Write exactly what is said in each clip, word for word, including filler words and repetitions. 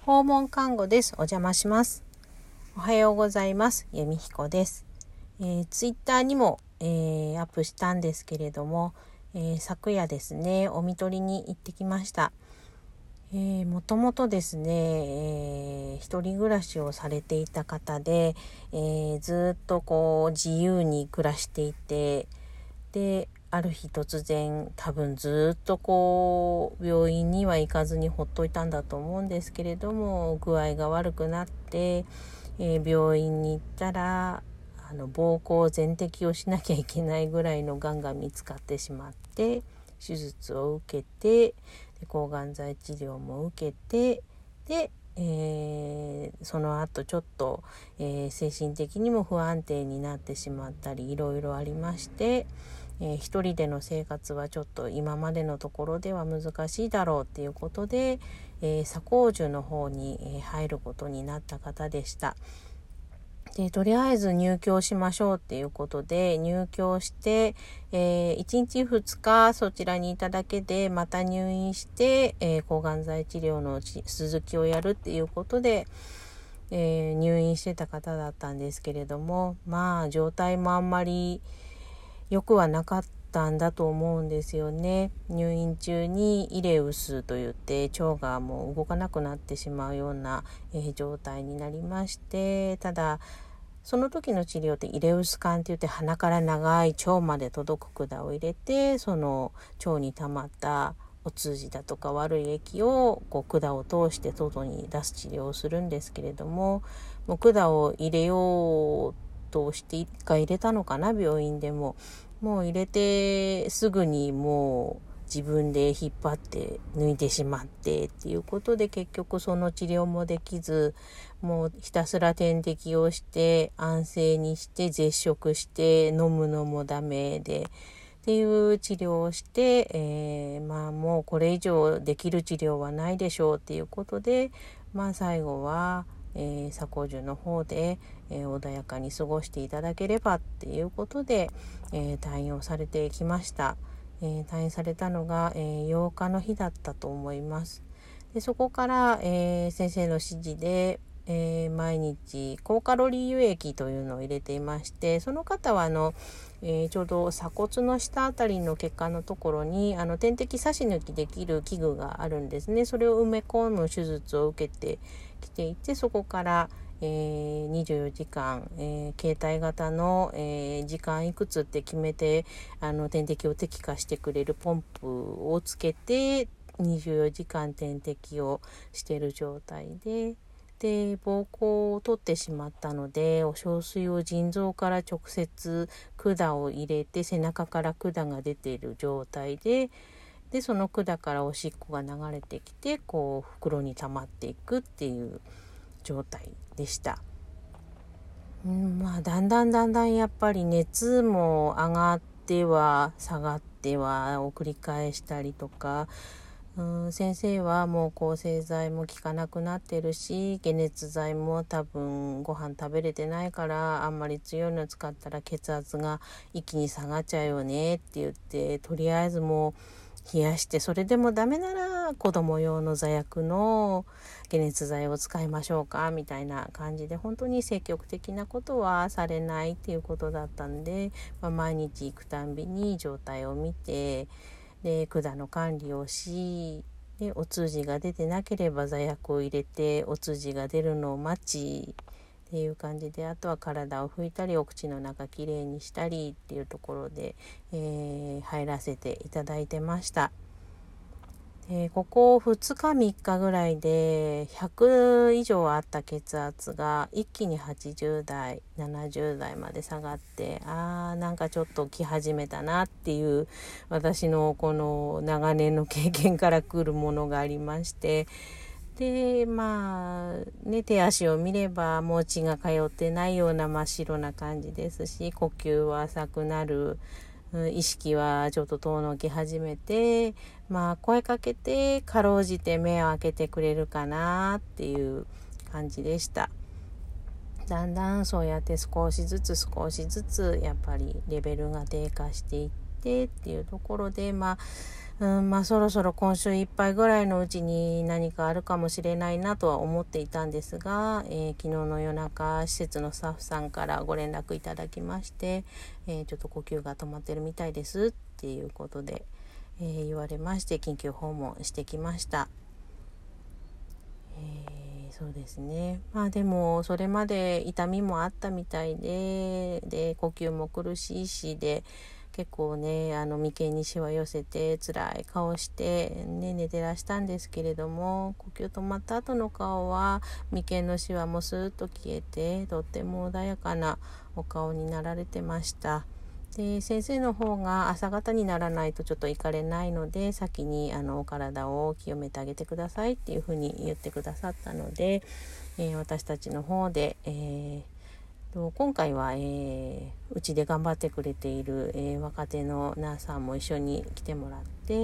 訪問看護です。お邪魔します。おはようございます。由美彦です。えー、ツイッターにも、えー、アップしたんですけれども、えー、昨夜ですね、お看取りに行ってきました。えー、もともとですね、えー、一人暮らしをされていた方で、えー、ずっとこう自由に暮らしていて、である日突然多分ずっとこう病院には行かずにほっといたんだと思うんですけれども、具合が悪くなって、えー、病院に行ったらあの膀胱全摘をしなきゃいけないぐらいのがんが見つかってしまって、手術を受けて、で抗がん剤治療も受けて、で、えー、その後ちょっと、えー、精神的にも不安定になってしまったりいろいろありまして、えー、一人での生活はちょっと今までのところでは難しいだろうっていうことで、えー、左高樹の方に、えー、入ることになった方でした。でとりあえず入居しましょうっていうことで入居して、えー、いちにちふつかそちらにいただけでまた入院して、えー、抗がん剤治療の続きをやるっていうことで、えー、入院してた方だったんですけれども、まあ状態もあんまり良くはなかったんだと思うんですよね。入院中にイレウスといって腸がもう動かなくなってしまうような、えー、状態になりまして、ただその時の治療ってイレウス管って言って鼻から長い腸まで届く管を入れて、その腸に溜まったお通じだとか悪い液をこう管を通して外に出す治療をするんですけれども、もう管を入れようとして一回入れたのかな、病院でも。もう入れてすぐにもう自分で引っ張って抜いてしまってっていうことで、結局その治療もできず、もうひたすら点滴をして安静にして絶食して飲むのもダメでっていう治療をして、えー、まあもうこれ以上できる治療はないでしょうっていうことで、まあ最後はえー、左高樹の方で、えー、穏やかに過ごしていただければっていうことで、えー、退院をされてきました。えー、退院されたのが、えー、ようかの日だったと思います。でそこから、えー、先生の指示で、えー、毎日高カロリー油液というのを入れていまして、その方はあの、えー、ちょうど鎖骨の下あたりの血管のところにあの点滴差し抜きできる器具があるんですね。それを埋め込む手術を受けてきていて、そこから、えー、にじゅうよじかん、えー、携帯型の、えー、時間いくつって決めてあの点滴を滴下してくれるポンプをつけてにじゅうよじかん点滴をしている状態で、で膀胱を取ってしまったので、お小水を腎臓から直接管を入れて背中から管が出ている状態で、でその管からおしっこが流れてきてこう袋に溜まっていくっていう状態でした。うんまあ、だんだんだんだんやっぱり熱も上がっては下がってはを繰り返したりとか、うん先生はもう抗生剤も効かなくなってるし、解熱剤も多分ご飯食べれてないからあんまり強いの使ったら血圧が一気に下がっちゃうよねって言って、とりあえずもう冷やして、それでもダメなら子供用の座薬の解熱剤を使いましょうかみたいな感じで、本当に積極的なことはされないっていうことだったんで、まあ、毎日行くたんびに状態を見て、で管の管理をし、でお通じが出てなければ座薬を入れてお通じが出るのを待ちっていう感じで、あとは体を拭いたりお口の中きれいにしたりっていうところで、えー、入らせていただいてました。でここふつかみっかぐらいでひゃく以上あった血圧が一気にはちじゅうだいななじゅうだいまで下がって、あーなんかちょっと来始めたなっていう私のこの長年の経験から来るものがありまして、でまあね手足を見ればもう血が通ってないような真っ白な感じですし、呼吸は浅くなる、意識はちょっと遠のき始めて、まあ声かけてかろうじて目を開けてくれるかなっていう感じでした。だんだんそうやって少しずつ少しずつやっぱりレベルが低下していってっていうところで、まあうんまあ、そろそろ今週いっぱいぐらいのうちに何かあるかもしれないなとは思っていたんですが、えー、昨日の夜中施設のスタッフさんからご連絡いただきまして、えー、ちょっと呼吸が止まってるみたいですっていうことで、えー、言われまして緊急訪問してきました。えー、そうですね。まあでもそれまで痛みもあったみたいで、で呼吸も苦しいしで結構ねあの眉間にしわ寄せて辛い顔して、ね、寝てらしたんですけれども、呼吸止まった後の顔は眉間のしわもスーッと消えてとっても穏やかなお顔になられてました。で先生の方が朝方にならないとちょっと行かれないので、先にあのお体を清めてあげてくださいっていうふうに言ってくださったので、えー、私たちの方で、えー、今回はうち、えー、で頑張ってくれている、えー、若手のナースさんも一緒に来てもらって、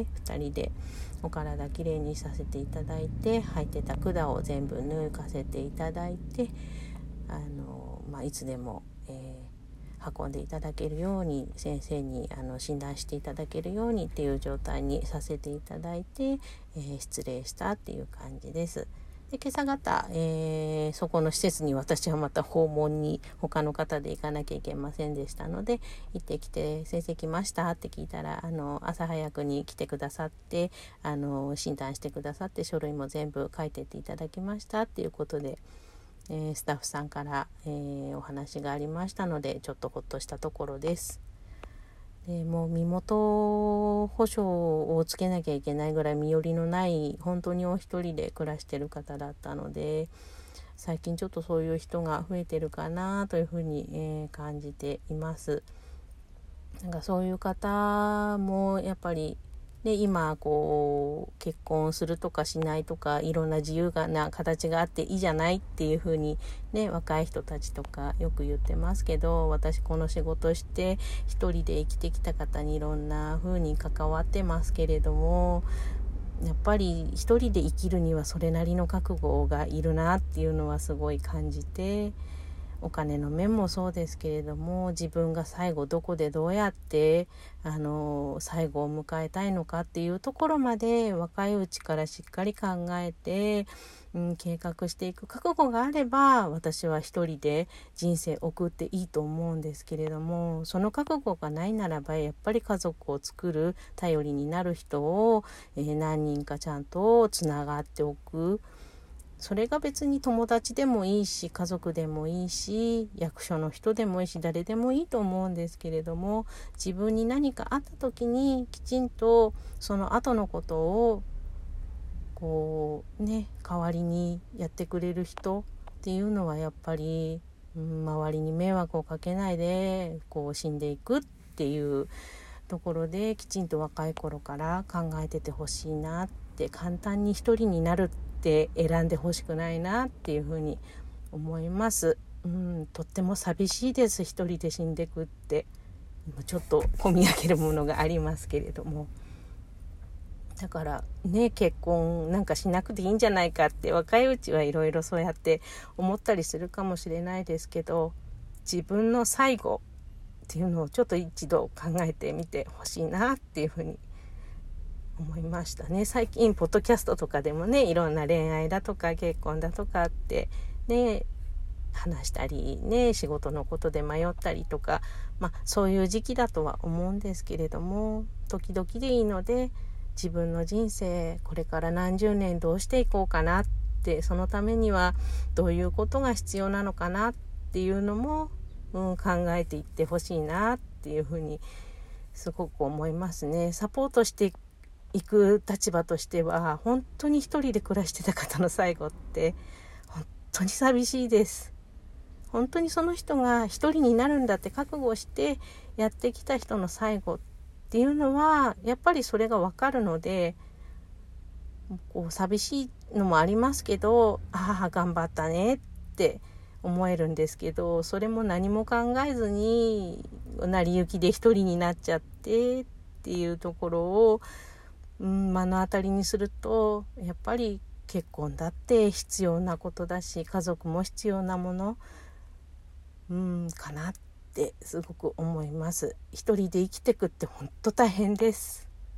ふたりでお体きれいにさせていただいて、入ってた管を全部抜かせていただいて、あの、まあ、いつでも、えー運んでいただけるように、先生にあの診断していただけるようにっていう状態にさせていただいて、えー、失礼したっていう感じです。で今朝方、えー、そこの施設に私はまた訪問に他の方で行かなきゃいけませんでしたので、行ってきて先生来ましたって聞いたら、あの朝早くに来てくださって、あの診断してくださって、書類も全部書いてっていただきましたっていうことで、えー、スタッフさんから、えー、お話がありましたので、ちょっとほっとしたところです。でもう身元保証をつけなきゃいけないぐらい身寄りのない本当にお一人で暮らしてる方だったので、最近ちょっとそういう人が増えてるかなというふうに、えー、感じています。なんかそういう方もやっぱりで今こう結婚するとかしないとかいろんな自由な形があっていいじゃないっていう風にね、若い人たちとかよく言ってますけど、私この仕事して一人で生きてきた方にいろんな風に関わってますけれども、やっぱり一人で生きるにはそれなりの覚悟がいるなっていうのはすごい感じて、お金の面もそうですけれども、自分が最後どこでどうやってあの最後を迎えたいのかっていうところまで若いうちからしっかり考えて、うん、計画していく覚悟があれば、私は一人で人生送っていいと思うんですけれども、その覚悟がないならばやっぱり家族を作る頼りになる人を、えー、何人かちゃんとつながっておく。それが別に友達でもいいし、家族でもいいし、役所の人でもいいし、誰でもいいと思うんですけれども、自分に何かあった時にきちんとその後のことをこうね、代わりにやってくれる人っていうのはやっぱり、うん、周りに迷惑をかけないでこう死んでいくっていうところで、きちんと若い頃から考えててほしいなって、簡単に一人になるって選んでほしくないなっていうふうに思います。うん、とっても寂しいです、一人で死んでくって。ちょっと込み上げるものがありますけれども、だからね、結婚なんかしなくていいんじゃないかって若いうちはいろいろそうやって思ったりするかもしれないですけど、自分の最後っていうのをちょっと一度考えてみてほしいなっていうふうに思いましたね。最近ポッドキャストとかでもね、いろんな恋愛だとか結婚だとかってね話したりね、仕事のことで迷ったりとか、まあそういう時期だとは思うんですけれども、時々でいいので自分の人生これから何十年どうしていこうかなって、そのためにはどういうことが必要なのかなっていうのも、うん、考えていってほしいなっていうふうにすごく思いますね。サポートしていく立場としては、本当に一人で暮らしてた方の最後って本当に寂しいです。本当にその人が一人になるんだって覚悟してやってきた人の最後っていうのはやっぱりそれが分かるので、こう寂しいのもありますけど、ああ頑張ったねって思えるんですけど、それも何も考えずに成り行きで一人になっちゃってっていうところを、うん、目の当たりにすると、やっぱり結婚だって必要なことだし、家族も必要なもの、うん、かなってすごく思います。一人で生きてくって本当大変です。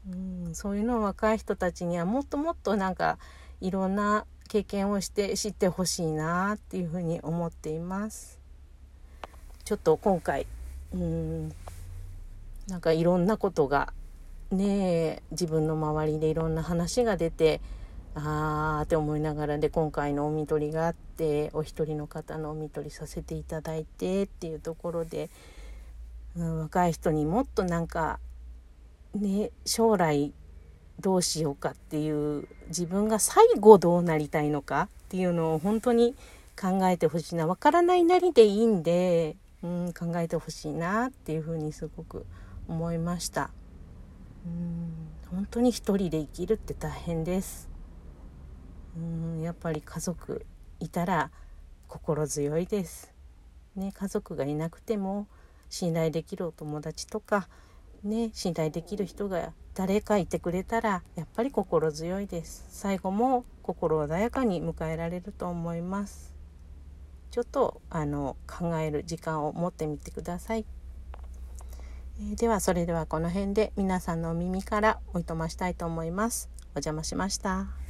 うん、そういうのを若い人たちにはもっともっとなんかいろんな経験をして知ってほしいなっていうふうに思っています。ちょっと今回うんなんかいろんなことがね自分の周りでいろんな話が出てあーって思いながらで今回のお見取りがあってお一人の方のお見取りさせていただいてっていうところで、うん、若い人にもっとなんかね将来どうしようかっていう自分が最後どうなりたいのかっていうのを本当に考えてほしいな。わからないなりでいいんで、うん、考えてほしいなっていうふうにすごく思いました。うん本当に一人で生きるって大変です。うんやっぱり家族いたら心強いです、ね、家族がいなくても信頼できるお友達とか、ね、信頼できる人が誰かいてくれたらやっぱり心強いです。最後も心穏やかに迎えられると思います。ちょっとあの考える時間を持ってみてください。えー、ではそれではこの辺で皆さんのお耳からおいとましたいと思います。お邪魔しました。